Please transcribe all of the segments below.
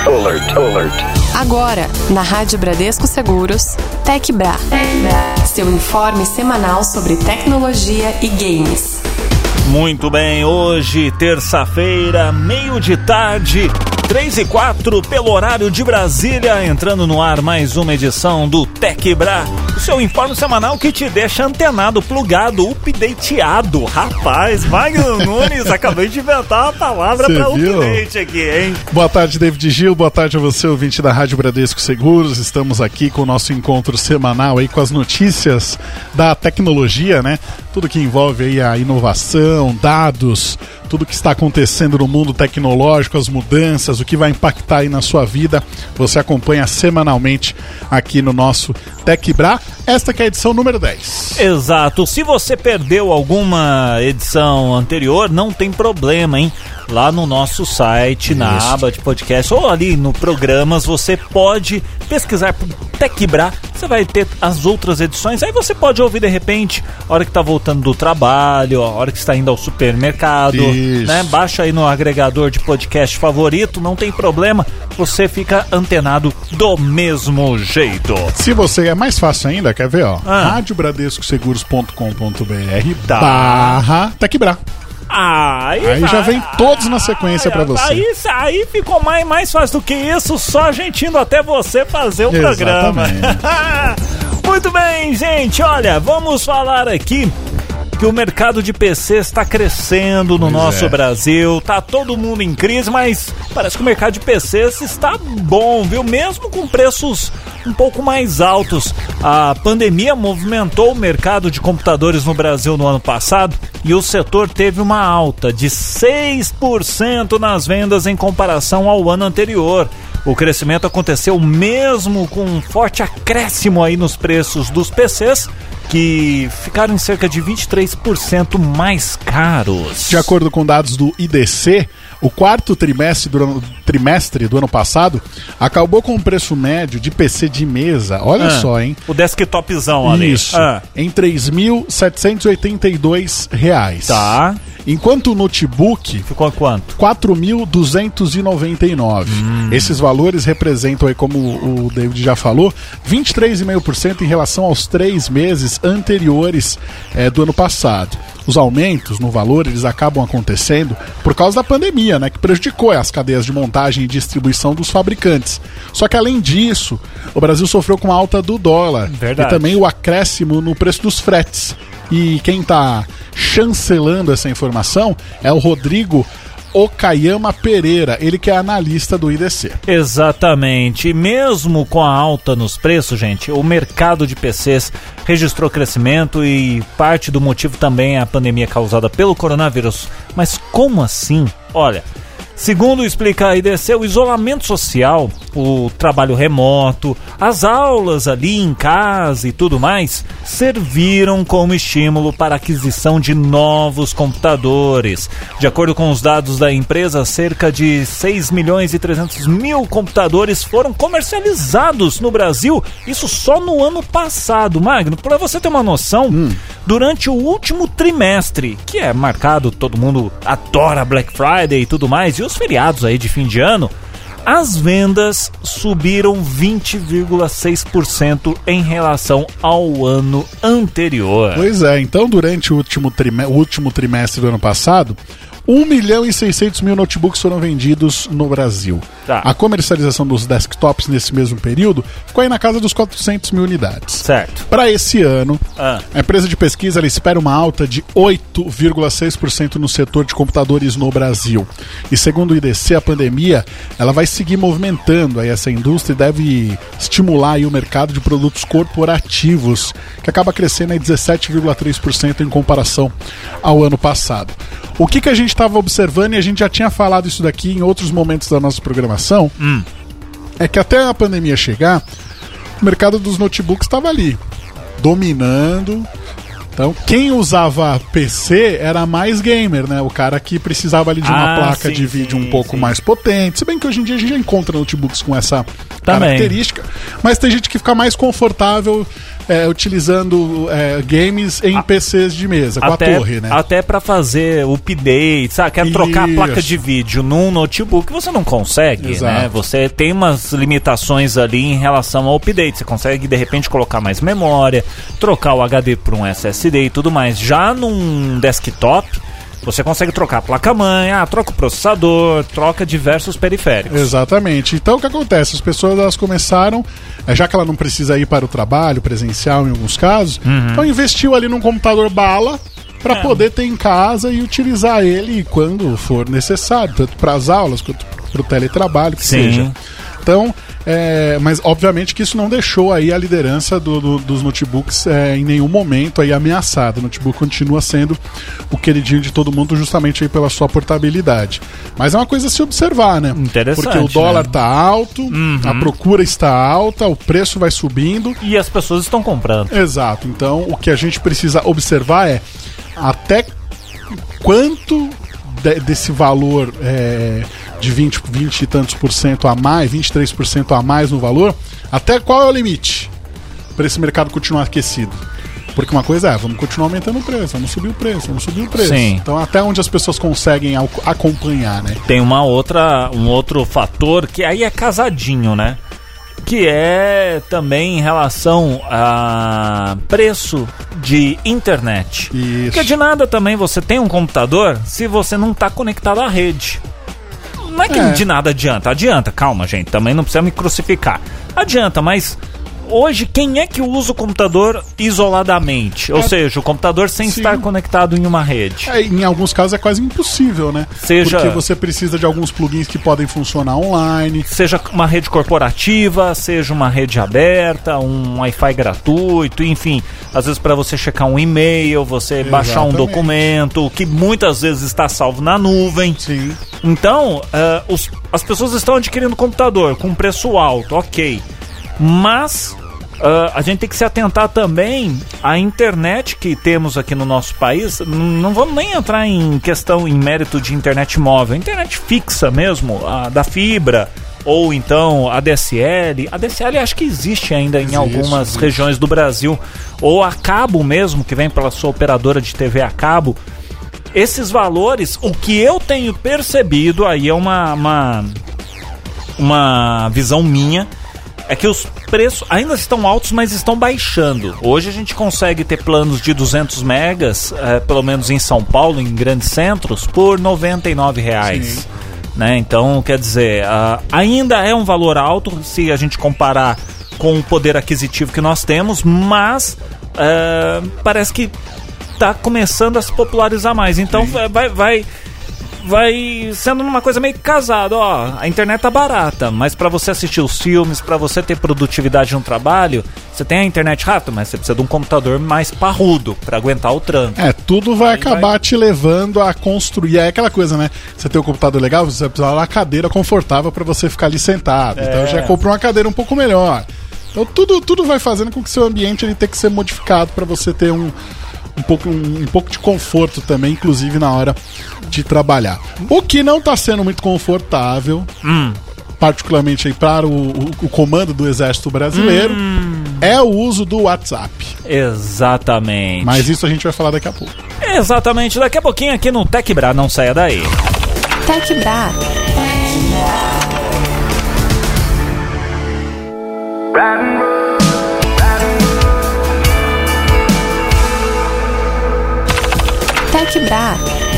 Agora, na Rádio Bradesco Seguros, TecBra. Seu informe semanal sobre tecnologia e games. Muito bem, hoje, terça-feira, meio de tarde, 3h04, pelo horário de Brasília, entrando no ar mais uma edição do TecBra, o seu informe semanal que te deixa antenado, plugado, updateado. Rapaz, Magno Nunes, acabei de inventar uma palavra para update aqui, hein? Boa tarde, David Gil, boa tarde a você, ouvinte da Rádio Bradesco Seguros. Estamos aqui com o nosso encontro semanal aí com as notícias da tecnologia, né? Tudo que envolve aí a inovação, dados, tudo que está acontecendo no mundo tecnológico, as mudanças, o que vai impactar aí na sua vida, você acompanha semanalmente aqui no nosso TecBra, esta que é a edição número 10. Exato, se você perdeu alguma edição anterior, não tem problema, hein? Lá no nosso site, na aba de podcast, ou ali no Programas, você pode pesquisar por TecBra, você vai ter as outras edições, aí você pode ouvir de repente, a hora que está voltando do trabalho, a hora que está indo ao supermercado, né? Baixa aí no agregador de podcast favorito, não tem problema, você fica antenado do mesmo jeito. Se você é mais fácil ainda, quer ver, ó, radiobradescoseguros.com.br /TecBra. Aí já vem todos na sequência pra você. Aí ficou mais fácil do que isso, só a gente indo até você fazer o programa. Muito bem, gente, olha, vamos falar aqui que o mercado de PC está crescendo no nosso Brasil, tá todo mundo em crise, mas parece que o mercado de PCs está bom, viu? Mesmo com preços um pouco mais altos. A pandemia movimentou o mercado de computadores no Brasil no ano passado e o setor teve uma alta de 6% nas vendas em comparação ao ano anterior. O crescimento aconteceu mesmo com um forte acréscimo aí nos preços dos PCs, que ficaram em cerca de 23% mais caros. De acordo com dados do IDC, o quarto trimestre do ano passado acabou com um preço médio de PC de mesa, olha só, hein? O desktopzão ali. Isso, em R$ 3.782. Tá. Enquanto o notebook ficou a quanto? R$ 4.299. Esses valores representam, aí, como o David já falou, 23,5% em relação aos 3 meses anteriores do ano passado. Os aumentos no valor, eles acabam acontecendo por causa da pandemia, né, que prejudicou as cadeias de montagem e distribuição dos fabricantes. Só que além disso, o Brasil sofreu com a alta do dólar. Verdade. E também o acréscimo no preço dos fretes. E quem está chancelando essa informação é o Rodrigo Okayama Pereira, ele que é analista do IDC. Exatamente, e mesmo com a alta nos preços, gente, o mercado de PCs registrou crescimento e parte do motivo também é a pandemia causada pelo coronavírus. Mas como assim? Olha, segundo explica a IDC, o isolamento social, o trabalho remoto, as aulas ali em casa e tudo mais, serviram como estímulo para a aquisição de novos computadores. De acordo com os dados da empresa, cerca de 6.300.000 computadores foram comercializados no Brasil, isso só no ano passado. Magno, para você ter uma noção, durante o último trimestre, que é marcado, todo mundo adora Black Friday e tudo mais, e os feriados aí de fim de ano, as vendas subiram 20,6% em relação ao ano anterior. Pois é, então durante o último trimestre do ano passado, 1.600.000 notebooks foram vendidos no Brasil. Tá. A comercialização dos desktops nesse mesmo período ficou aí na casa dos 400.000 unidades. Certo. Para esse ano, a empresa de pesquisa ela espera uma alta de 8,6% no setor de computadores no Brasil. E segundo o IDC, a pandemia ela vai seguir movimentando aí essa indústria e deve estimular aí o mercado de produtos corporativos, que acaba crescendo aí 17,3% em comparação ao ano passado. O que a gente estava observando, e a gente já tinha falado isso daqui em outros momentos da nossa programação, é que até a pandemia chegar, o mercado dos notebooks estava ali, dominando. Então, quem usava PC era mais gamer, né? O cara que precisava ali de uma placa de vídeo um pouco mais potente. Se bem que hoje em dia a gente já encontra notebooks com essa característica. Mas tem gente que fica mais confortável utilizando games em PCs de mesa, com a torre, né? Até pra fazer update, sabe? Quer trocar a placa de vídeo num notebook, você não consegue, Exato. né? Você tem umas limitações ali em relação ao update. Você consegue, de repente, colocar mais memória, trocar o HD por um SSD e tudo mais. Já num desktop, você consegue trocar a placa-mãe, troca o processador, troca diversos periféricos. Exatamente. Então o que acontece? As pessoas elas começaram, já que ela não precisa ir para o trabalho presencial em alguns casos, então investiu ali num computador bala para poder ter em casa e utilizar ele quando for necessário, tanto para as aulas quanto para o teletrabalho, que seja. Então, mas obviamente que isso não deixou aí a liderança dos notebooks em nenhum momento aí ameaçada. O notebook continua sendo o queridinho de todo mundo justamente aí pela sua portabilidade. Mas é uma coisa a se observar, né? Interessante, porque o dólar tá alto, a procura está alta, o preço vai subindo. E as pessoas estão comprando. Exato. Então, o que a gente precisa observar é até quanto desse valor de 20 e tantos por cento a mais, 23% a mais no valor, até qual é o limite para esse mercado continuar aquecido? Porque uma coisa vamos continuar aumentando o preço, vamos subir o preço. Sim. Então até onde as pessoas conseguem acompanhar, né? Tem um outro fator que aí é casadinho, né? Que é também em relação a preço de internet. Isso. Porque de nada também você tem um computador se você não está conectado à rede. Não é que de nada adianta. Adianta, calma, gente. Também não precisa me crucificar. Adianta, mas hoje quem é que usa o computador isoladamente? Ou seja, o computador sem estar conectado em uma rede. Em alguns casos é quase impossível, né? Porque você precisa de alguns plugins que podem funcionar online. Seja uma rede corporativa, seja uma rede aberta, um Wi-Fi gratuito, enfim. Às vezes para você checar um e-mail, você baixar um documento, que muitas vezes está salvo na nuvem. Sim. Então, as pessoas estão adquirindo computador com preço alto, ok. Mas a gente tem que se atentar também à internet que temos aqui no nosso país. Não vamos nem entrar em mérito de internet móvel. Internet fixa mesmo, a da fibra, ou então a DSL. A DSL acho que existe ainda em algumas regiões do Brasil. Ou a cabo mesmo, que vem pela sua operadora de TV a cabo. Esses valores, o que eu tenho percebido, aí é uma visão minha, é que os preços ainda estão altos, mas estão baixando. Hoje a gente consegue ter planos de 200 megas, pelo menos em São Paulo, em grandes centros, por R$ 99. Né? Então, quer dizer, ainda é um valor alto se a gente comparar com o poder aquisitivo que nós temos, mas parece que está começando a se popularizar mais. Então vai sendo uma coisa meio casada, a internet tá barata, mas para você assistir os filmes, para você ter produtividade no trabalho, você tem a internet rápida, mas você precisa de um computador mais parrudo para aguentar o tranco. Tudo vai acabar te levando a construir, aquela coisa, né? Você tem um computador legal, você precisa de uma cadeira confortável para você ficar ali sentado, então já comprou uma cadeira um pouco melhor. Então tudo vai fazendo com que seu ambiente ele tenha que ser modificado para você ter um pouco de conforto também, inclusive na hora de trabalhar. O que não está sendo muito confortável, particularmente aí para o comando do Exército Brasileiro, é o uso do WhatsApp. Exatamente. Mas isso a gente vai falar daqui a pouco. Exatamente, daqui a pouquinho aqui no Tech Bra, não saia daí. Tech Bra. Tech Bra.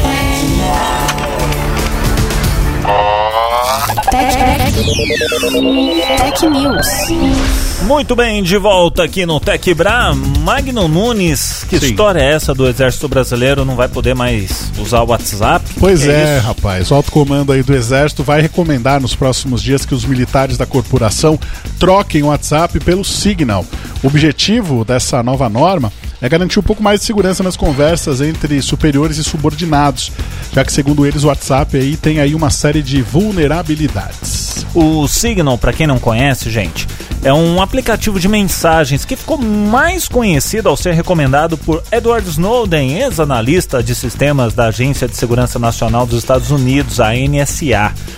Tech News. Muito bem, de volta aqui no Tech Bra. Magno Nunes, que história é essa do Exército Brasileiro? Não vai poder mais usar o WhatsApp? Pois rapaz, o alto comando aí do Exército vai recomendar nos próximos dias que os militares da corporação troquem o WhatsApp pelo Signal. O objetivo dessa nova norma é garantir um pouco mais de segurança nas conversas entre superiores e subordinados, já que, segundo eles, o WhatsApp aí tem aí uma série de vulnerabilidades. O Signal, para quem não conhece, gente, é um aplicativo de mensagens que ficou mais conhecido ao ser recomendado por Edward Snowden, ex-analista de sistemas da Agência de Segurança Nacional dos Estados Unidos, a NSA.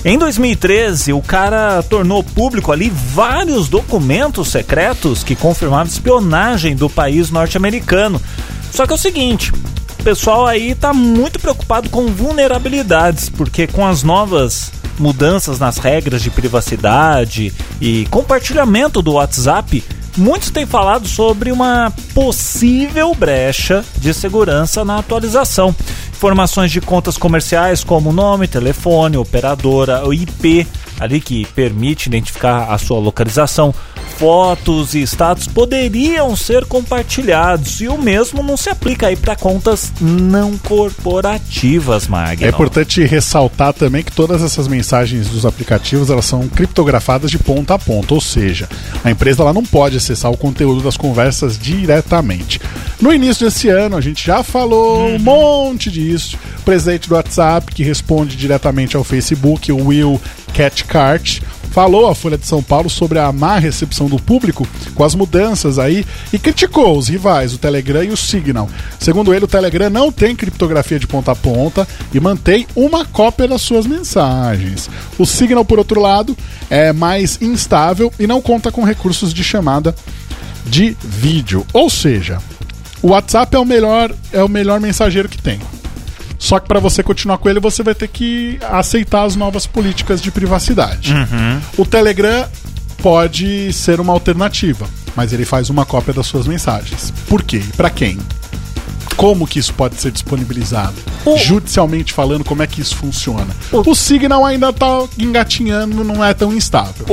Em 2013, o cara tornou público ali vários documentos secretos que confirmavam espionagem do país norte-americano. Só que é o seguinte, o pessoal aí tá muito preocupado com vulnerabilidades, porque com as novas mudanças nas regras de privacidade e compartilhamento do WhatsApp, muitos têm falado sobre uma possível brecha de segurança na atualização. Informações de contas comerciais como nome, telefone, operadora, o IP, ali que permite identificar a sua localização, fotos e status poderiam ser compartilhados, e o mesmo não se aplica aí para contas não corporativas, Magno. É importante ressaltar também que todas essas mensagens dos aplicativos, elas são criptografadas de ponta a ponta, ou seja, a empresa ela não pode acessar o conteúdo das conversas diretamente. No início desse ano, a gente já falou um monte disso. O presidente do WhatsApp, que responde diretamente ao Facebook, o Will Cathcart, falou à Folha de São Paulo sobre a má recepção do público com as mudanças aí e criticou os rivais, o Telegram e o Signal. Segundo ele, o Telegram não tem criptografia de ponta a ponta e mantém uma cópia das suas mensagens. O Signal, por outro lado, é mais instável e não conta com recursos de chamada de vídeo. Ou seja, o WhatsApp é o melhor mensageiro que tem. Só que para você continuar com ele, você vai ter que aceitar as novas políticas de privacidade. O Telegram pode ser uma alternativa, mas ele faz uma cópia das suas mensagens. Por quê? Para quem? Como que isso pode ser disponibilizado? Judicialmente falando, como é que isso funciona? O Signal ainda tá engatinhando, não é tão instável.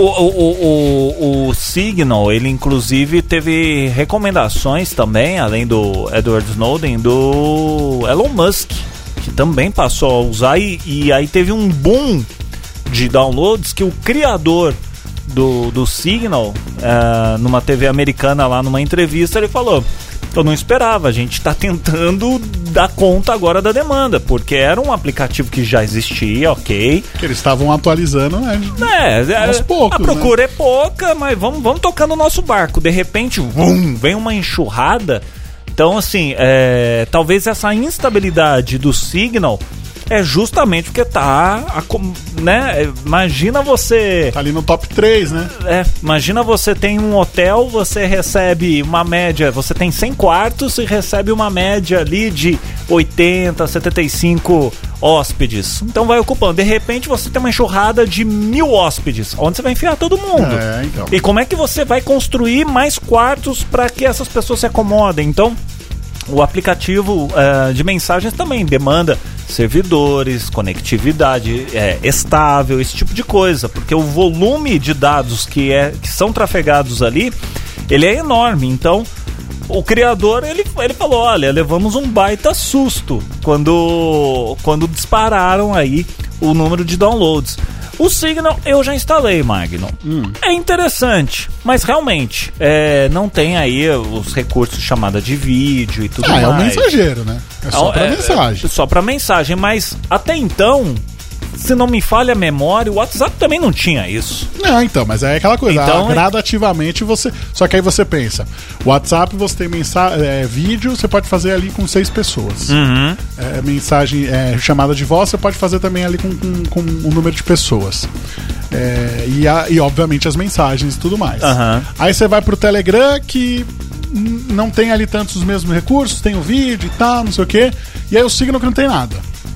O Signal, ele inclusive teve recomendações também, além do Edward Snowden, do Elon Musk, que também passou a usar, e aí teve um boom de downloads que o criador do Signal, numa TV americana lá, numa entrevista, ele falou: eu não esperava, a gente está tentando dar conta agora da demanda, porque era um aplicativo que já existia, ok. Que eles estavam atualizando, né? Aos poucos, a procura é pouca, mas vamos tocando o nosso barco. De repente, vem uma enxurrada. Então, assim, talvez essa instabilidade do Signal é justamente porque né? Imagina você... Tá ali no top 3, né? Imagina você tem um hotel, você recebe uma média, você tem 100 quartos e recebe uma média ali de 80, 75 hóspedes. Então vai ocupando. De repente você tem uma enxurrada de 1.000 hóspedes. Onde você vai enfiar todo mundo? Então. E como é que você vai construir mais quartos para que essas pessoas se acomodem? Então, o aplicativo de mensagens também demanda servidores, conectividade estável, esse tipo de coisa, porque o volume de dados que são trafegados ali, ele é enorme. Então o criador, ele falou: olha, levamos um baita susto quando dispararam aí o número de downloads. O Signal eu já instalei, Magno. É interessante, mas realmente não tem aí os recursos de chamada de vídeo e tudo mais. É um mensageiro, né? É só pra mensagem. Só pra mensagem, mas até então, se não me falha a memória, o WhatsApp também não tinha isso. Não, então, mas é aquela coisa, então, gradativamente você... Só que aí você pensa, o WhatsApp você tem vídeo, você pode fazer ali com 6 pessoas. Mensagem, chamada de voz, você pode fazer também ali com um número de pessoas. E obviamente as mensagens e tudo mais. Aí você vai pro Telegram, que não tem ali tantos os mesmos recursos, tem o vídeo e tal, não sei o quê. E aí o Signal que não tem nada.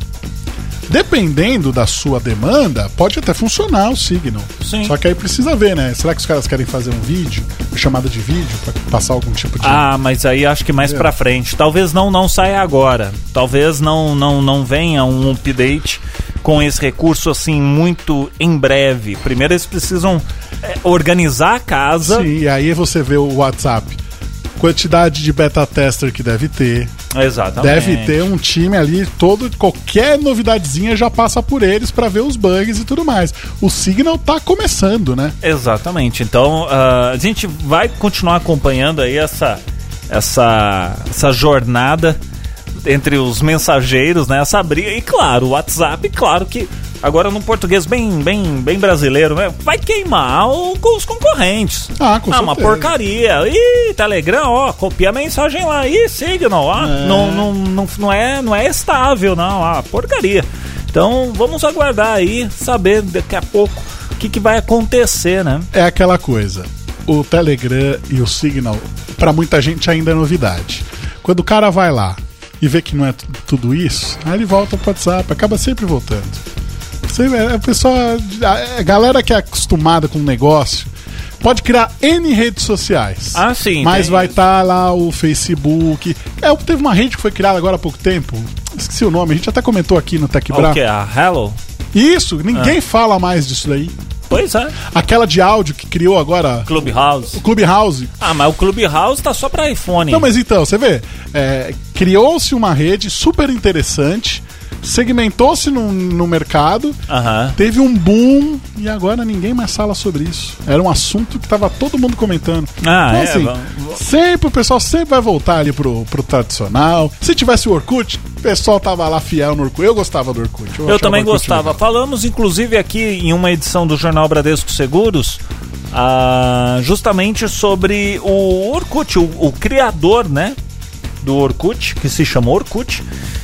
Dependendo da sua demanda, pode até funcionar o Signal. Sim. Só que aí precisa ver, né? Será que os caras querem fazer um vídeo, uma chamada de vídeo, pra passar algum tipo de... mas aí acho que mais pra frente. Talvez não saia agora. Talvez não venha um update com esse recurso assim muito em breve. Primeiro eles precisam organizar a casa. Sim, e aí você vê o WhatsApp. Quantidade de beta tester que deve ter. Exatamente. Deve ter um time ali, qualquer novidadezinha já passa por eles pra ver os bugs e tudo mais. O Signal tá começando, né? Exatamente. Então a gente vai continuar acompanhando aí essa jornada entre os mensageiros, né? Essa briga. E claro, o WhatsApp, claro que agora num português bem brasileiro, né? Vai queimar os concorrentes. Com certeza. Uma porcaria. Ih, Telegram, copia a mensagem lá. Ih, Signal, não é estável, não. Porcaria. Então vamos aguardar aí, saber daqui a pouco o que vai acontecer, né? É aquela coisa, o Telegram e o Signal, pra muita gente ainda é novidade. Quando o cara vai lá e vê que não é tudo isso, aí ele volta pro WhatsApp, acaba sempre voltando. A pessoa, a galera que é acostumada com o negócio pode criar N redes sociais. Ah, sim. Mas vai estar lá o Facebook. Teve uma rede que foi criada agora há pouco tempo. Esqueci o nome, a gente até comentou aqui no Tech Bra. O que? A Hello? Isso, ninguém fala mais disso daí. Pois é. Aquela de áudio que criou agora... Clubhouse. O Clubhouse. Ah, mas o Clubhouse tá só pra iPhone. Não, mas então, você vê, criou-se uma rede super interessante, segmentou-se no mercado, teve um boom e agora ninguém mais fala sobre isso. Era um assunto que tava todo mundo comentando. Então, assim, sempre o pessoal sempre vai voltar ali pro tradicional. Se tivesse o Orkut, o pessoal tava lá fiel no Orkut. Eu gostava do Orkut. Eu também gostava. Legal. Falamos, inclusive, aqui em uma edição do Jornal Bradesco Seguros, justamente sobre o Orkut, o criador, né, do Orkut, que se chamou Orkut,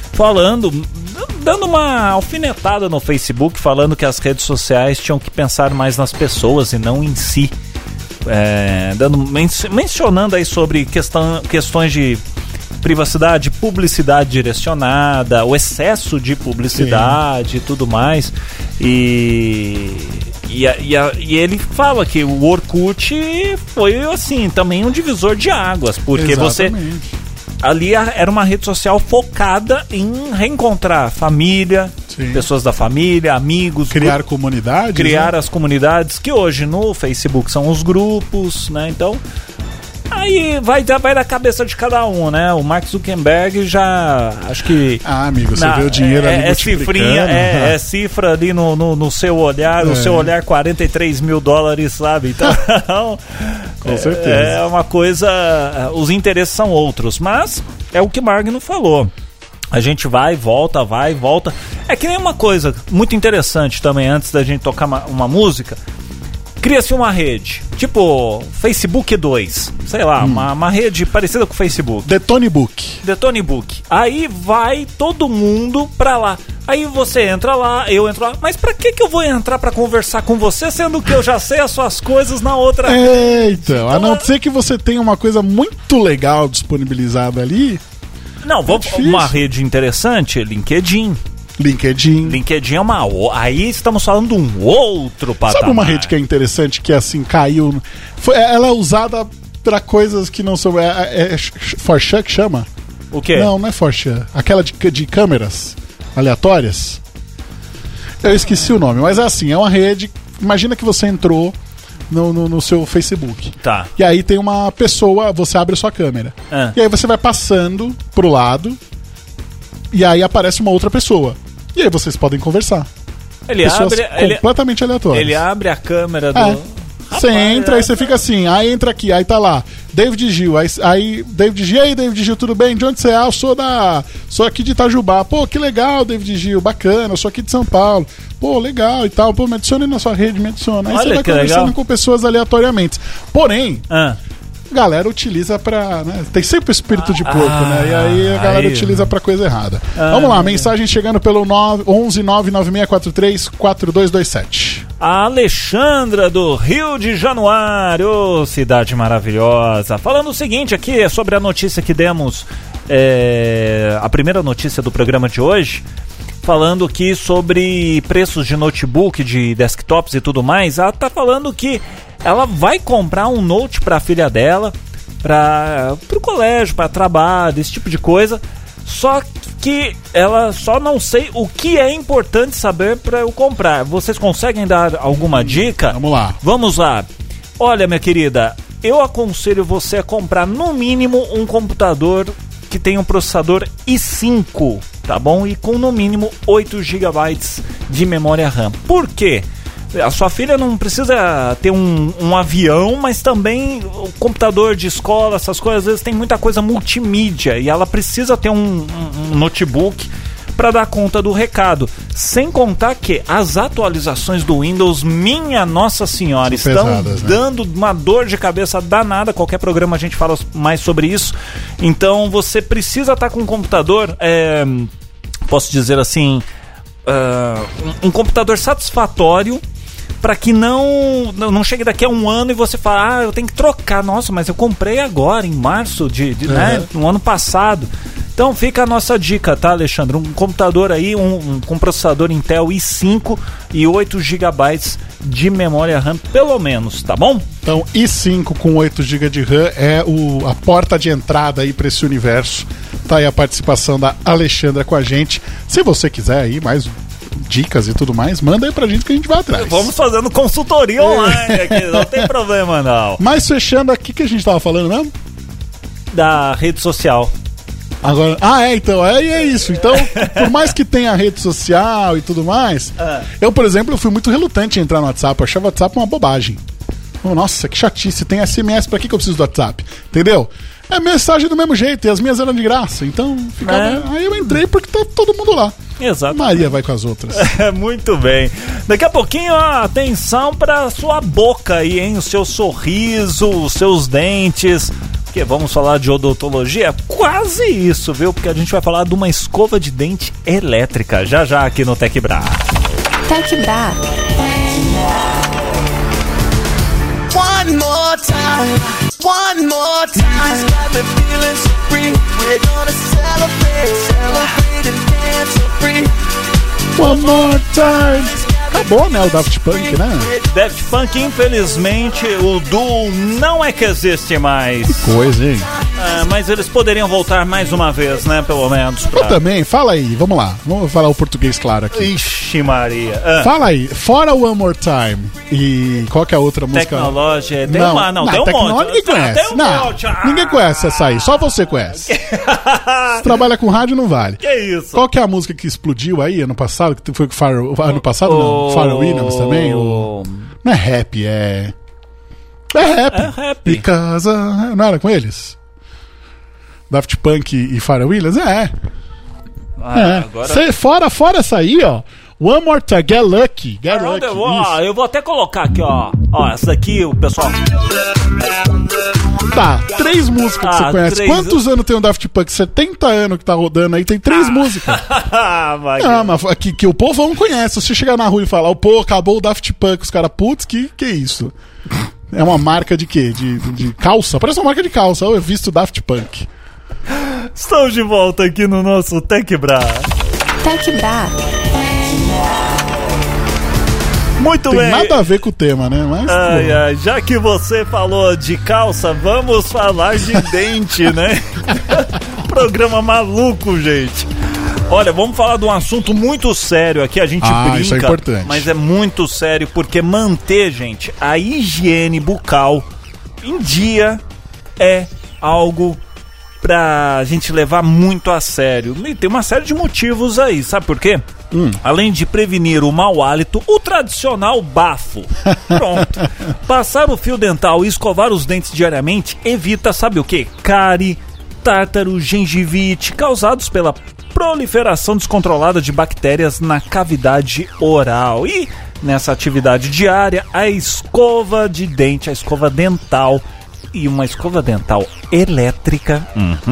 dando uma alfinetada no Facebook, falando que as redes sociais tinham que pensar mais nas pessoas e não em si. Mencionando aí sobre questões de privacidade, publicidade direcionada, o excesso de publicidade e tudo mais. E ele fala que o Orkut foi, assim, também um divisor de águas, porque Exatamente. Ali era uma rede social focada em reencontrar família, pessoas da família, amigos. Criar comunidades. Criar as comunidades, que hoje no Facebook são os grupos, né? Então, aí vai da cabeça de cada um, né? O Mark Zuckerberg já, acho que... amigo, você vê o dinheiro ali cifrinha, cifra ali no seu olhar, o seu olhar $43 mil, sabe? Então... Com certeza. É uma coisa... Os interesses são outros, mas é o que Magno falou. A gente vai, volta. É que nem uma coisa muito interessante também, antes da gente tocar uma música. Cria-se uma rede, tipo Facebook 2, sei lá, uma rede parecida com o Facebook. Detonibook. Aí vai todo mundo pra lá. Aí você entra lá, eu entro lá. Mas pra que eu vou entrar pra conversar com você, sendo que eu já sei as suas coisas na outra... Então, a não ser que você tenha uma coisa muito legal disponibilizada ali... Não, uma rede interessante, LinkedIn é uma... Aí estamos falando de um outro patamar. Sabe uma rede que é interessante, que assim, caiu... Ela é usada pra coisas que não são... É Forchan que chama? O quê? Não é Forchan. Aquela de câmeras aleatórias. Eu esqueci o nome, mas é assim, é uma rede... Imagina que você entrou no seu Facebook. Tá. E aí tem uma pessoa, você abre a sua câmera. E aí você vai passando pro lado, e aí aparece uma outra pessoa. E aí vocês podem conversar. Completamente aleatórias. Ele abre a câmera do... Você entra, aí você fica assim, aí entra aqui, aí tá lá, David Gil, aí David Gil, e aí David Gil, tudo bem? De onde você é? Eu sou aqui de Itajubá. Pô, que legal, David Gil, bacana, eu sou aqui de São Paulo. Pô, legal e tal, pô, me adicione na sua rede, me adiciona. Aí você vai conversando com pessoas aleatoriamente. Porém... A galera utiliza pra... Né? Tem sempre o espírito de porco, né? E aí a galera utiliza pra coisa errada. Vamos lá, mensagem chegando pelo 11996434227. A Alexandra do Rio de Januário, cidade maravilhosa. Falando o seguinte aqui, é sobre a notícia que demos, a primeira notícia do programa de hoje, falando aqui sobre preços de notebook, de desktops e tudo mais. Ela tá falando que ela vai comprar um Note para a filha dela, para o colégio, para trabalho, esse tipo de coisa. Só que ela só não sei o que é importante saber para eu comprar. Vocês conseguem dar alguma dica? Vamos lá. Olha, minha querida, eu aconselho você a comprar no mínimo um computador que tenha um processador i5, tá bom? E com no mínimo 8 GB de memória RAM. Por quê? A sua filha não precisa ter um avião, mas também o computador de escola, essas coisas, às vezes tem muita coisa multimídia e ela precisa ter um notebook para dar conta do recado. Sem contar que as atualizações do Windows, minha Nossa Senhora, estão pesadas, dando uma dor de cabeça danada. Qualquer programa a gente fala mais sobre isso. Então você precisa estar com um computador, posso dizer assim... um computador satisfatório para que não chegue daqui a um ano e você fala, eu tenho que trocar. Nossa, mas eu comprei agora, em março né, no ano passado. Então fica a nossa dica, tá, Alexandre? Um computador aí, com processador Intel i5 e 8 GB de memória RAM, pelo menos, tá bom? Então, i5 com 8 GB de RAM é a porta de entrada aí para esse universo. Tá aí a participação da Alexandra com a gente. Se você quiser aí mais dicas e tudo mais, manda aí pra gente que a gente vai atrás. Vamos fazendo consultoria online aqui, não tem problema não. Mas fechando aqui, que a gente tava falando mesmo? Da rede social. Agora, então, é isso. Então, por mais que tenha rede social e tudo mais, eu, por exemplo, fui muito relutante em entrar no WhatsApp. Eu achava o WhatsApp uma bobagem. Nossa, que chatice, tem SMS, pra que eu preciso do WhatsApp? Entendeu? É mensagem do mesmo jeito, e as minhas eram de graça. Então, aí eu entrei porque tá todo mundo lá. Exato. Maria vai com as outras. Muito bem. Daqui a pouquinho, atenção pra sua boca aí, hein? O seu sorriso, os seus dentes. Porque vamos falar de odontologia, quase isso, viu? Porque a gente vai falar de uma escova de dente elétrica, já aqui no Tech Bra. Tech Bra. One more time, got me feeling so free. We're gonna celebrate and dance so free. One more time. Acabou, né, o Daft Punk, né? Daft Punk, infelizmente, o duo não é que existe mais. Que coisa, hein? Mas eles poderiam voltar mais uma vez, né, pelo menos. Eu também, fala aí, vamos lá. Vamos falar o português claro aqui. Ixi, Maria. Fala aí, fora One More Time e qual que é a outra música? Tecnologia, tem um monte. Ninguém conhece. Ninguém conhece essa aí, só você conhece. Você trabalha com rádio, não vale. Que isso? Qual que é a música que explodiu aí ano passado? Que foi ano passado, não? Pharrell Williams também? Não é rap, é rap. É rap. Because, não era com eles? Daft Punk e Pharrell Williams? Agora... Fora essa aí, ó. One More Time, Get Lucky. Eu vou até colocar aqui, ó. Essa daqui, o pessoal... Tá, 3 músicas que você conhece. Quantos anos tem o Daft Punk? 70 anos que tá rodando aí, tem 3 músicas. Mas que o povo não conhece. Se você chegar na rua e falar, acabou o Daft Punk, os caras, putz, que é isso? É uma marca de quê? De calça? Parece uma marca de calça. Eu visto Daft Punk. Estamos de volta aqui no nosso Tech Bra. Tech Bra. Muito bem. Tem nada a ver com o tema, né? Mas, já que você falou de calça, vamos falar de dente, né? Programa maluco, gente. Olha, vamos falar de um assunto muito sério aqui, a gente brinca, isso é importante. Mas é muito sério, porque manter, gente, a higiene bucal em dia é algo pra gente levar muito a sério. E tem uma série de motivos aí, sabe por quê? Além de prevenir o mau hálito, o tradicional bafo. Pronto. Passar o fio dental e escovar os dentes diariamente evita, sabe o quê? Cárie, tártaro, gengivite, causados pela proliferação descontrolada de bactérias na cavidade oral. E nessa atividade diária, a escova de dente, a escova dental e uma escova dental elétrica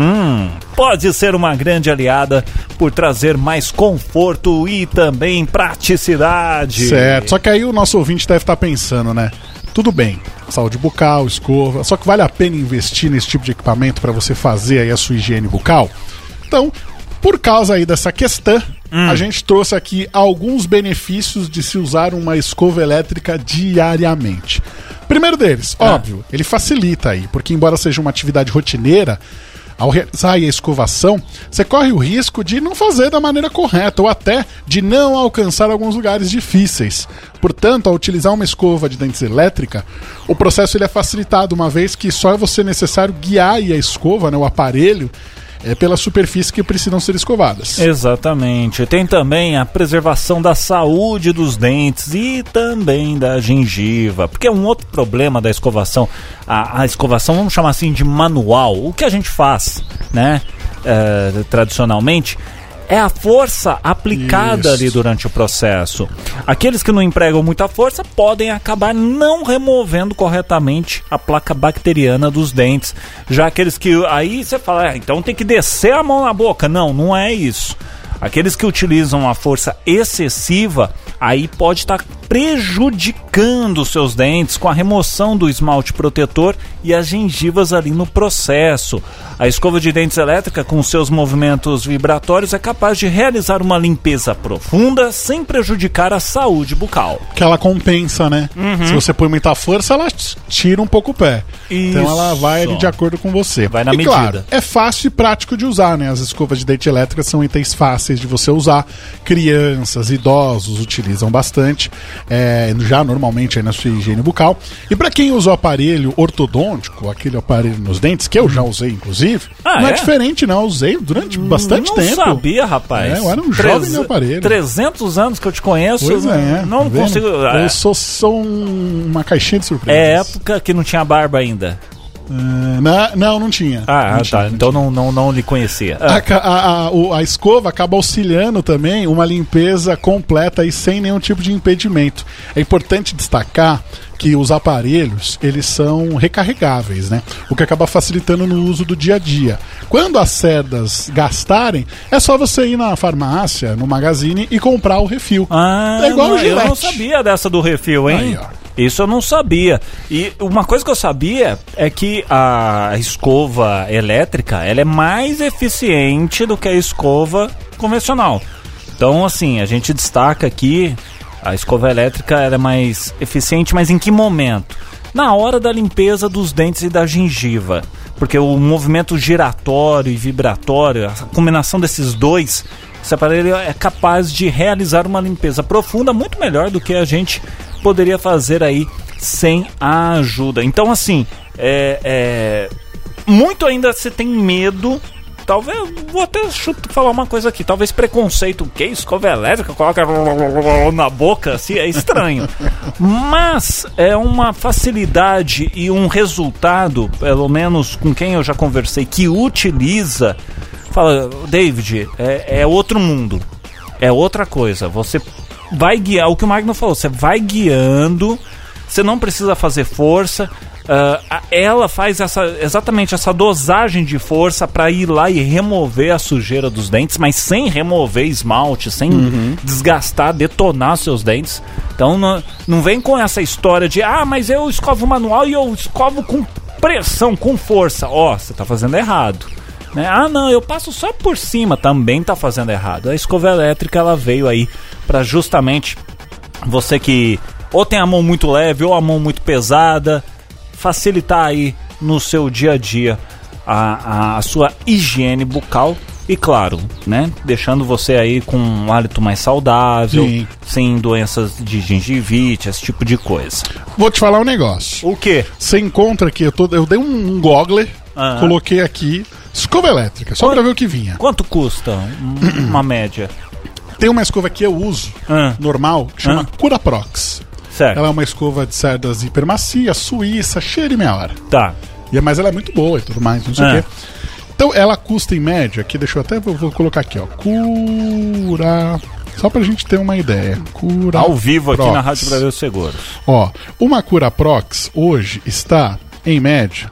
pode ser uma grande aliada por trazer mais conforto e também praticidade. Certo, só que aí o nosso ouvinte deve estar pensando, né? Tudo bem, saúde bucal, escova, só que vale a pena investir nesse tipo de equipamento para você fazer aí a sua higiene bucal? Então, por causa aí dessa questão, a gente trouxe aqui alguns benefícios de se usar uma escova elétrica diariamente. Primeiro deles, óbvio, ele facilita aí, porque embora seja uma atividade rotineira, ao realizar a escovação, você corre o risco de não fazer da maneira correta ou até de não alcançar alguns lugares difíceis. Portanto, ao utilizar uma escova de dentes elétrica, o processo ele é facilitado, uma vez que só é você necessário guiar aí a escova, né, o aparelho, pela superfície que precisam ser escovadas. Exatamente. Tem também a preservação da saúde dos dentes e também da gengiva, porque é um outro problema da escovação. A escovação, vamos chamar assim de manual. O que a gente faz, né, tradicionalmente, é a força aplicada ali durante o processo. Aqueles que não empregam muita força podem acabar não removendo corretamente a placa bacteriana dos dentes. Já aqueles que aí você fala, então tem que descer a mão na boca. Não é isso. Aqueles que utilizam a força excessiva, aí pode estar prejudicando os seus dentes com a remoção do esmalte protetor e as gengivas ali no processo. A escova de dentes elétrica, com seus movimentos vibratórios, é capaz de realizar uma limpeza profunda sem prejudicar a saúde bucal. Que ela compensa, né? Se você põe muita força, ela tira um pouco o pé. Isso. Então ela vai ali de acordo com você. Vai na medida. Claro, é fácil e prático de usar, né? As escovas de dente elétricas são itens fáceis de você usar. Crianças, idosos utilizam bastante. Já normalmente aí na sua higiene bucal. E para quem usa o aparelho ortodôntico, aquele aparelho nos dentes, que eu já usei inclusive, não é diferente não, eu usei durante bastante tempo. Não sabia, rapaz. Eu era um jovem no aparelho. 300 anos que eu te conheço. Pois não consigo. Eu sou uma caixinha de surpresas. É época que não tinha barba ainda. Não tinha. Não tinha. Então não lhe conhecia. A escova acaba auxiliando também uma limpeza completa e sem nenhum tipo de impedimento. É importante destacar que os aparelhos, eles são recarregáveis, né? O que acaba facilitando no uso do dia a dia. Quando as cerdas gastarem, é só você ir na farmácia, no Magazine e comprar o refil. É igual o Gillette. Eu não sabia dessa do refil, hein? Aí, ó. Isso eu não sabia. E uma coisa que eu sabia é que a escova elétrica, ela é mais eficiente do que a escova convencional. Então, assim, a gente destaca aqui, a escova elétrica ela é mais eficiente, mas em que momento? Na hora da limpeza dos dentes e da gengiva. Porque o movimento giratório e vibratório, a combinação desses dois, esse aparelho é capaz de realizar uma limpeza profunda muito melhor do que a gente poderia fazer aí sem a ajuda. Então, assim, muito ainda se tem medo. Talvez, vou até falar uma coisa aqui, talvez preconceito, o que? Escova elétrica, coloca na boca, assim, é estranho. Mas é uma facilidade e um resultado, pelo menos com quem eu já conversei, que utiliza, fala, David, é outro mundo, é outra coisa, você vai guiar, o que o Magno falou, você vai guiando, você não precisa fazer força. Ela faz exatamente essa dosagem de força para ir lá e remover a sujeira dos dentes, mas sem remover esmalte, sem desgastar, detonar seus dentes. Então não vem com essa história de mas eu escovo manual e eu escovo com pressão, com força. Você tá fazendo errado, né? Não, eu passo só por cima, também tá fazendo errado. A escova elétrica, ela veio aí para justamente você que ou tem a mão muito leve ou a mão muito pesada, facilitar aí no seu dia a dia a sua higiene bucal e, claro, né, deixando você aí com um hálito mais saudável, sem doenças de gengivite, esse tipo de coisa. Vou te falar um negócio. O quê? Você encontra aqui, eu dei um goggle, coloquei aqui, escova elétrica, só pra ver o que vinha. Quanto custa uma média? Tem uma escova que eu uso, normal, que chama Curaprox. Certo. Ela é uma escova de cerdas hipermacia, suíça, cheia de meia hora. Tá. Mas ela é muito boa e tudo mais, não sei o quê. Então ela custa em média, aqui, vou colocar aqui, ó. Só pra gente ter uma ideia. Ao vivo aqui na Rádio Brasil Seguros. Ó, uma Curaprox hoje está, em média,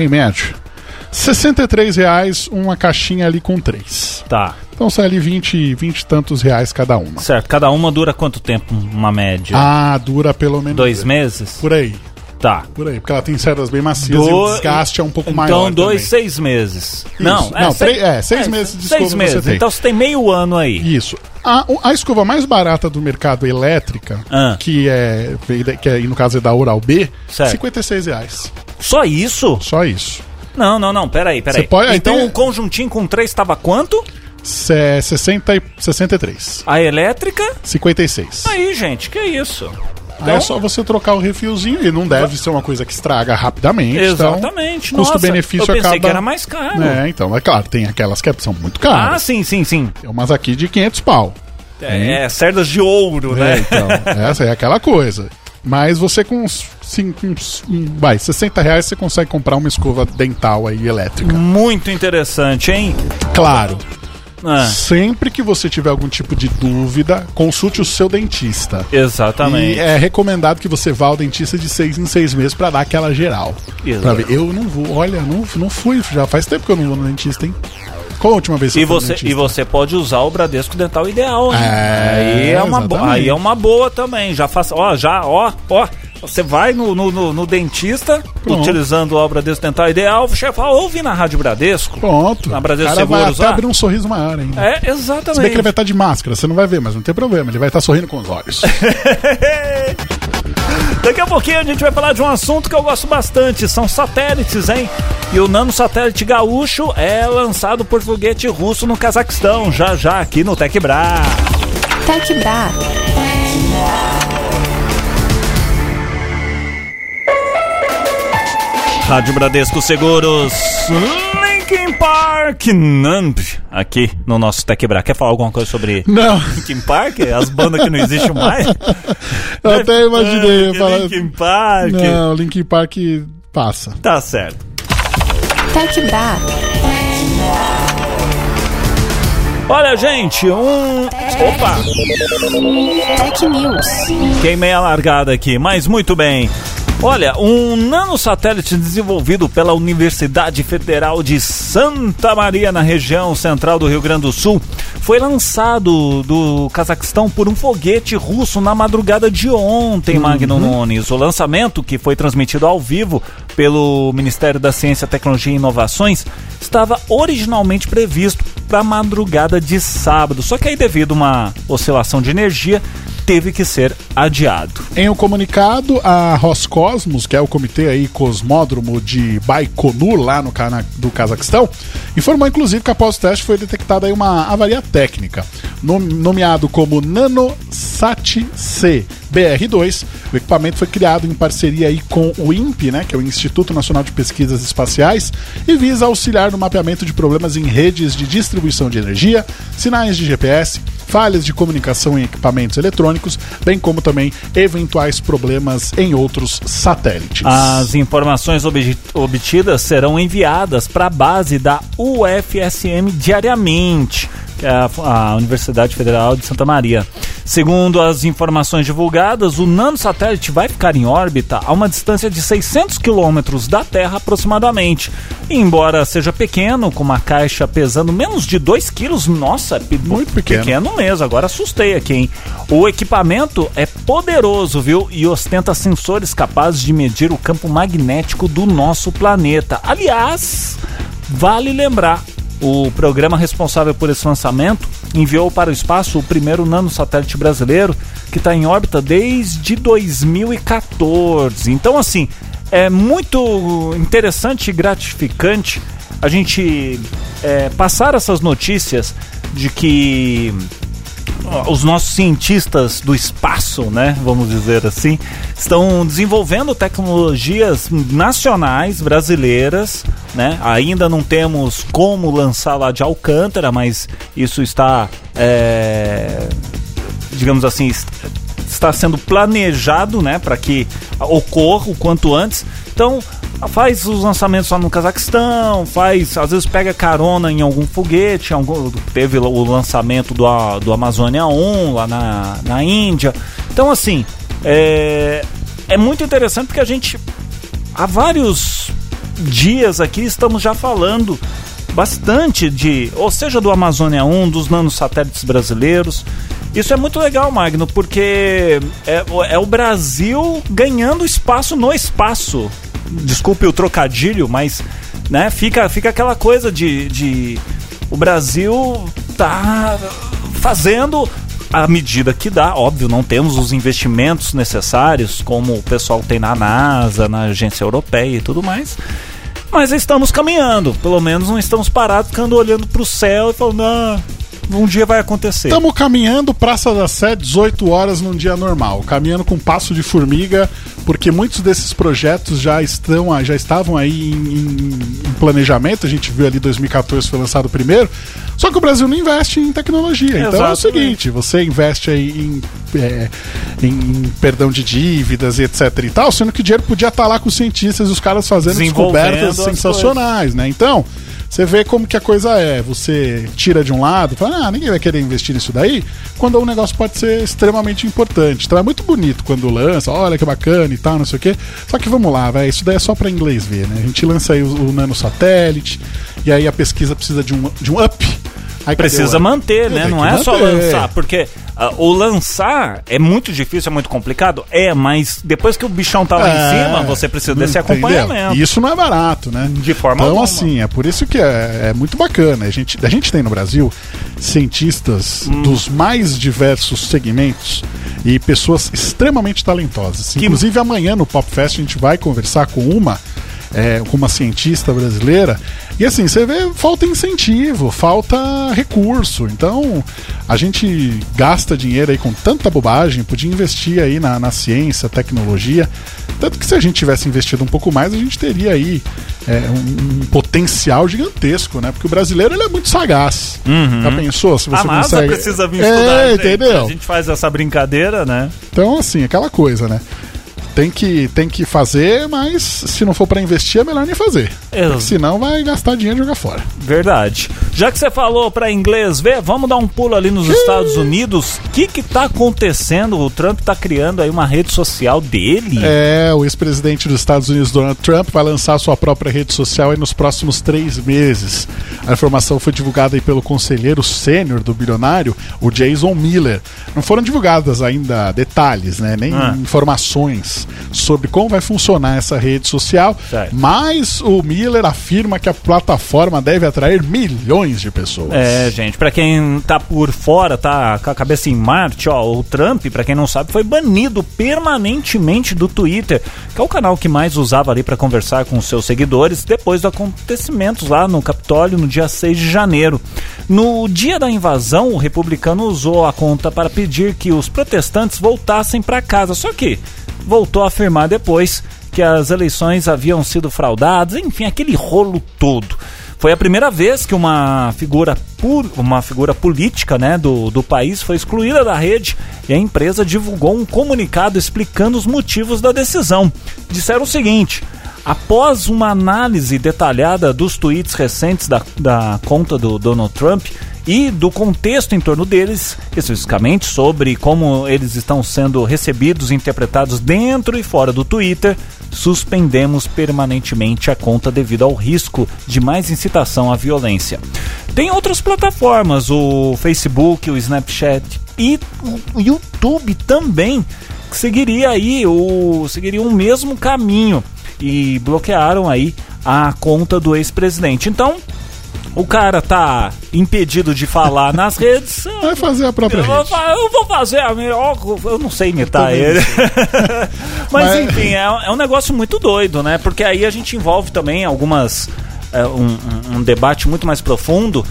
R$63 uma caixinha ali com 3. Tá. Então sai ali 20 e tantos reais cada uma. Certo. Cada uma dura quanto tempo, uma média? Dura pelo menos 2 meses? Por aí. Tá. Por aí, porque ela tem cerdas bem macias e o desgaste é um pouco maior. Então 2, 6 meses. Não, 6 meses de escova 6 meses. Você tem. Então você tem meio ano aí. Isso. A escova mais barata do mercado elétrica, que no caso é da Oral-B, R$56. Só isso? Só isso. Não, peraí. Então o conjuntinho com 3 estava quanto? 63. A elétrica? 56. Aí, gente, que isso? Aí é só você trocar o refilzinho e não deve ser uma coisa que estraga rapidamente. Exatamente. Então, custo-benefício acaba... Eu pensei que era mais caro. Então, é claro, tem aquelas que são muito caras. Sim. Tem umas aqui de R$500. Cerdas de ouro, né? Então, essa é aquela coisa. Mas você com R$60 você consegue comprar uma escova dental aí elétrica. Muito interessante, hein? Claro. Sempre que você tiver algum tipo de dúvida, consulte o seu dentista. Exatamente. E é recomendado que você vá ao dentista de 6 em 6 meses pra dar aquela geral. Pra ver. Eu não vou, olha, não fui, já faz tempo que eu não vou no dentista, hein? Qual a última vez que E você pode usar o Bradesco Dental Ideal, hein? Exatamente. Aí é uma boa também. Já faz, ó. Você vai no dentista, Pronto. utilizando o Bradesco Dental Ideal, o chefe fala, ouve na Rádio Bradesco. Pronto. Na Bradesco o cara vai Seguros, até abrir um sorriso maior ainda. É, exatamente. Se bem que ele vai estar de máscara, você não vai ver, mas não tem problema, ele vai estar sorrindo com os olhos. Daqui a pouquinho a gente vai falar de um assunto que eu gosto bastante, são satélites, hein? E o nanosatélite gaúcho é lançado por foguete russo no Cazaquistão, já aqui no Tech Bra. Tech Bra. Rádio Bradesco Seguros, Linkin Park, aqui no nosso Tech Bra. Quer falar alguma coisa sobre Não. Linkin Park? As bandas que não existem mais? Eu até imaginei falar. Linkin Park. Não, Linkin Park passa. Tá certo. Tech Bra. Olha, gente, Opa! Tech News. Queimei a largada aqui, mas muito bem. Olha, um nanosatélite desenvolvido pela Universidade Federal de Santa Maria, na região central do Rio Grande do Sul, foi lançado do Cazaquistão por um foguete russo na madrugada de ontem, Magno Nunes. O lançamento, que foi transmitido ao vivo pelo Ministério da Ciência, Tecnologia e Inovações, estava originalmente previsto para a madrugada de sábado. Só que aí, devido a uma oscilação de energia, teve que ser adiado. Em um comunicado, a Roscosmos, que é o comitê aí cosmódromo de Baikonur, lá do Cazaquistão, informou inclusive que após o teste foi detectada aí uma avaria técnica. Nomeado como NanoSat-C BR2, o equipamento foi criado em parceria aí com o INPE, né, que é o Instituto Nacional de Pesquisas Espaciais, e visa auxiliar no mapeamento de problemas em redes de distribuição de energia, sinais de GPS, falhas de comunicação em equipamentos eletrônicos, bem como também eventuais problemas em outros satélites. As informações obtidas serão enviadas para a base da UFSM diariamente, que é a Universidade Federal de Santa Maria. Segundo as informações divulgadas, o nanosatélite vai ficar em órbita a uma distância de 600 quilômetros da Terra aproximadamente. E, embora seja pequeno, com uma caixa pesando menos de 2 quilos, nossa, muito pequeno mesmo, agora assustei aqui, hein? O equipamento é poderoso, viu? E ostenta sensores capazes de medir o campo magnético do nosso planeta. Aliás, vale lembrar, o programa responsável por esse lançamento enviou para o espaço o primeiro nanosatélite brasileiro, que está em órbita desde 2014. Então, assim, é muito interessante e gratificante a gente passar essas notícias de que os nossos cientistas do espaço, né, vamos dizer assim, estão desenvolvendo tecnologias nacionais, brasileiras, né? Ainda não temos como lançar lá de Alcântara, mas isso está, digamos assim, está sendo planejado, né, para que ocorra o quanto antes. Então, faz os lançamentos lá no Cazaquistão, às vezes pega carona em algum foguete, teve o lançamento do Amazônia 1 lá na Índia. Então, assim, é muito interessante porque a gente, há vários dias aqui, estamos já falando bastante ou seja, do Amazônia 1, dos nanosatélites brasileiros. Isso é muito legal, Magno, porque é o Brasil ganhando espaço no espaço. Desculpe o trocadilho, mas, né, fica aquela coisa de o Brasil tá fazendo à medida que dá. Óbvio, não temos os investimentos necessários como o pessoal tem na NASA, na agência europeia e tudo mais, mas estamos caminhando. Pelo menos não estamos parados ficando olhando para o céu e falando, um dia vai acontecer. Estamos caminhando Praça da Sé 18 horas num dia normal, caminhando com passo de formiga, porque muitos desses projetos já estavam aí em planejamento. A gente viu ali 2014 foi lançado o primeiro, só que o Brasil não investe em tecnologia. Então é o seguinte, você investe aí em em perdão de dívidas e etc e tal, sendo que o dinheiro podia estar lá com os cientistas e os caras fazendo descobertas sensacionais, né? Então, você vê como que a coisa é. Você tira de um lado, fala, ninguém vai querer investir nisso daí, quando o negócio pode ser extremamente importante. Então é muito bonito quando lança, olha que bacana e tal, não sei o quê. Só que vamos lá, isso daí é só pra inglês ver, né? A gente lança aí o nanosatélite, e aí a pesquisa precisa de um up. Aí precisa manter, né? Não é só lançar, porque o lançar é muito difícil, é muito complicado, mas depois que o bichão tá lá em cima, você precisa desse acompanhamento. E isso não é barato, né? De forma então, alguma. assim, é por isso que é muito bacana. A gente tem no Brasil cientistas dos mais diversos segmentos e pessoas extremamente talentosas. Inclusive, amanhã no Pop Fest a gente vai conversar com uma cientista brasileira. E assim, você vê, falta incentivo, falta recurso. Então, a gente gasta dinheiro aí com tanta bobagem, podia investir aí na ciência, tecnologia. Tanto que se a gente tivesse investido um pouco mais, a gente teria aí um potencial gigantesco, né? Porque o brasileiro, ele é muito sagaz. Já pensou? Se você a NASA consegue... precisa vir estudar, entendeu? A gente faz essa brincadeira, né? Então, assim, aquela coisa, né? Tem que fazer, mas se não for pra investir, é melhor nem fazer. Senão vai gastar dinheiro e jogar fora. Verdade. Já que você falou pra inglês ver, vamos dar um pulo ali nos Estados Unidos. O que tá acontecendo? O Trump tá criando aí uma rede social dele? O ex-presidente dos Estados Unidos, Donald Trump, vai lançar sua própria rede social aí nos próximos 3 meses. A informação foi divulgada aí pelo conselheiro sênior do bilionário, o Jason Miller. Não foram divulgadas ainda detalhes, né? Nem informações sobre como vai funcionar essa rede social, mas o Miller afirma que a plataforma deve atrair milhões de pessoas. Gente, pra quem tá por fora, tá com a cabeça em Marte, o Trump, pra quem não sabe, foi banido permanentemente do Twitter, que é o canal que mais usava ali pra conversar com seus seguidores depois dos acontecimentos lá no Capitólio no dia 6 de janeiro. No dia da invasão, o republicano usou a conta para pedir que os protestantes voltassem pra casa, só que voltou a afirmar depois que as eleições haviam sido fraudadas, enfim, aquele rolo todo. Foi a primeira vez que uma figura política, né, do país foi excluída da rede, e a empresa divulgou um comunicado explicando os motivos da decisão. Disseram o seguinte: após uma análise detalhada dos tweets recentes da conta do Donald Trump e do contexto em torno deles, especificamente sobre como eles estão sendo recebidos e interpretados dentro e fora do Twitter, suspendemos permanentemente a conta devido ao risco de mais incitação à violência. Tem outras plataformas, o Facebook, o Snapchat e o YouTube também, que seguiria o mesmo caminho, e bloquearam aí a conta do ex-presidente. Então, o cara tá impedido de falar nas redes. Vai fazer a própria rede. Eu vou fazer a melhor. Eu não sei imitar ele. Mas enfim, é um negócio muito doido, né? Porque aí a gente envolve também algumas. Um debate muito mais profundo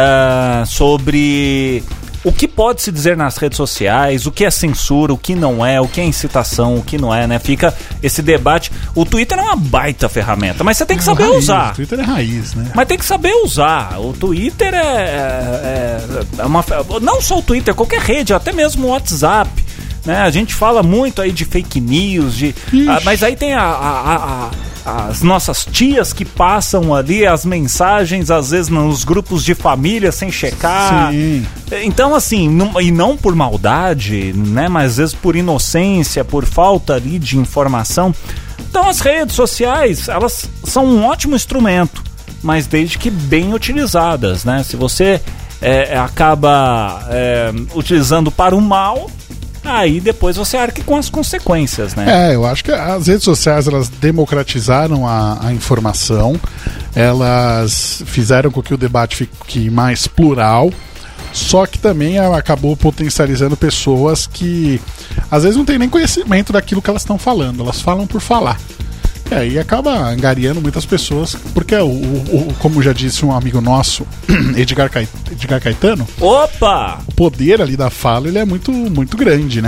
sobre o que pode se dizer nas redes sociais, o que é censura, o que não é, o que é incitação, o que não é, né? Fica esse debate. O Twitter é uma baita ferramenta, mas você tem que saber usar. O Twitter é raiz, né? Mas tem que saber usar. O Twitter é uma... Não só o Twitter, qualquer rede, até mesmo o WhatsApp, né? A gente fala muito aí de fake news, mas aí tem as nossas tias que passam ali as mensagens, às vezes nos grupos de família, sem checar. Sim. Então, assim, e não por maldade, né? Mas às vezes por inocência, por falta ali de informação. Então as redes sociais, elas são um ótimo instrumento, mas desde que bem utilizadas, né? Se você acaba utilizando para o mal, aí depois você arque com as consequências, né? Eu acho que as redes sociais, elas democratizaram a informação, elas fizeram com que o debate fique mais plural, só que também ela acabou potencializando pessoas que às vezes não tem nem conhecimento daquilo que elas estão falando, elas falam por falar. E acaba angariando muitas pessoas, porque como já disse um amigo nosso, Edgar Caetano, opa! O poder ali da fala, ele é muito, muito grande, né?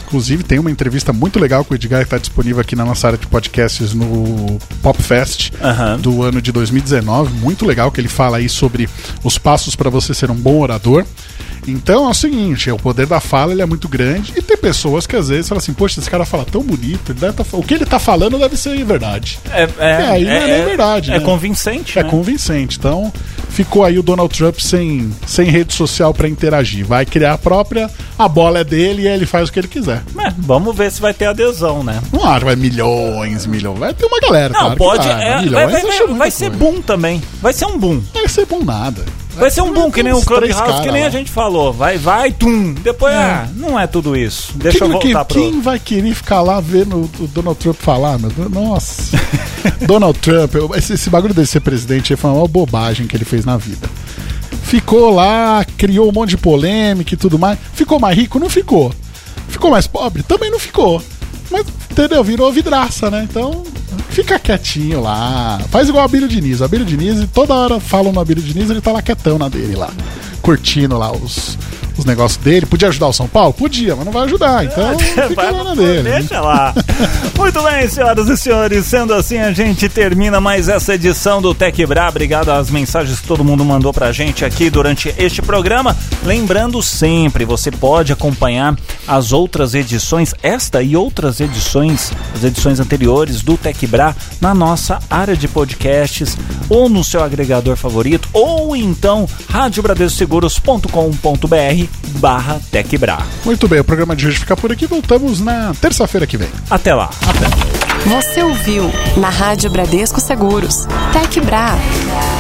Inclusive tem uma entrevista muito legal com o Edgar que está disponível aqui na nossa área de podcasts no Popfest do ano de 2019. Muito legal que ele fala aí sobre os passos para você ser um bom orador. Então é o seguinte, o poder da fala ele é muito grande e tem pessoas que às vezes falam assim, poxa, esse cara fala tão bonito, ele deve o que ele tá falando deve ser verdade. E aí não é nem verdade, É né? convincente, É convincente. Então ficou aí o Donald Trump sem rede social para interagir. Vai criar a própria, a bola é dele e ele faz o que ele quiser. Vamos ver se vai ter adesão, né? Não acho, vai milhões. Vai ter uma galera, não, claro pode, que vai ser boom também. Vai ser um boom. Não vai ser boom nada. Vai ser um boom, que nem o Clubhouse, que nem lá. A gente falou. Vai, tum. Depois, não é tudo isso. Deixa eu voltar pro... Quem vai querer ficar lá vendo o Donald Trump falar, meu Deus? Nossa. Donald Trump, esse bagulho dele ser presidente foi uma bobagem que ele fez na vida. Ficou lá, criou um monte de polêmica e tudo mais. Ficou mais rico? Não ficou. Ficou mais pobre? Também não ficou. Mas, entendeu? Virou vidraça, né? Então, fica quietinho lá. Faz igual o Abílio Diniz. O Abílio Diniz, toda hora falam no Abílio Diniz, ele tá lá quietão na dele lá. Curtindo lá os negócios dele. Podia ajudar o São Paulo? Podia, mas não vai ajudar. Então, fica lá na dele. Deixa lá. Muito bem, senhoras e senhores. Sendo assim, a gente termina mais essa edição do Tech Bra. Obrigado às mensagens que todo mundo mandou pra gente aqui durante este programa. Lembrando sempre, você pode acompanhar as outras edições, esta e outras edições, as edições anteriores do Tech Bra, na nossa área de podcasts, ou no seu agregador favorito, ou então radiobradescoseguros.com.br/TechBra. Muito bem, o programa de hoje fica por aqui. Voltamos na terça-feira que vem. Até lá. Você ouviu na Rádio Bradesco Seguros, Tech Bra.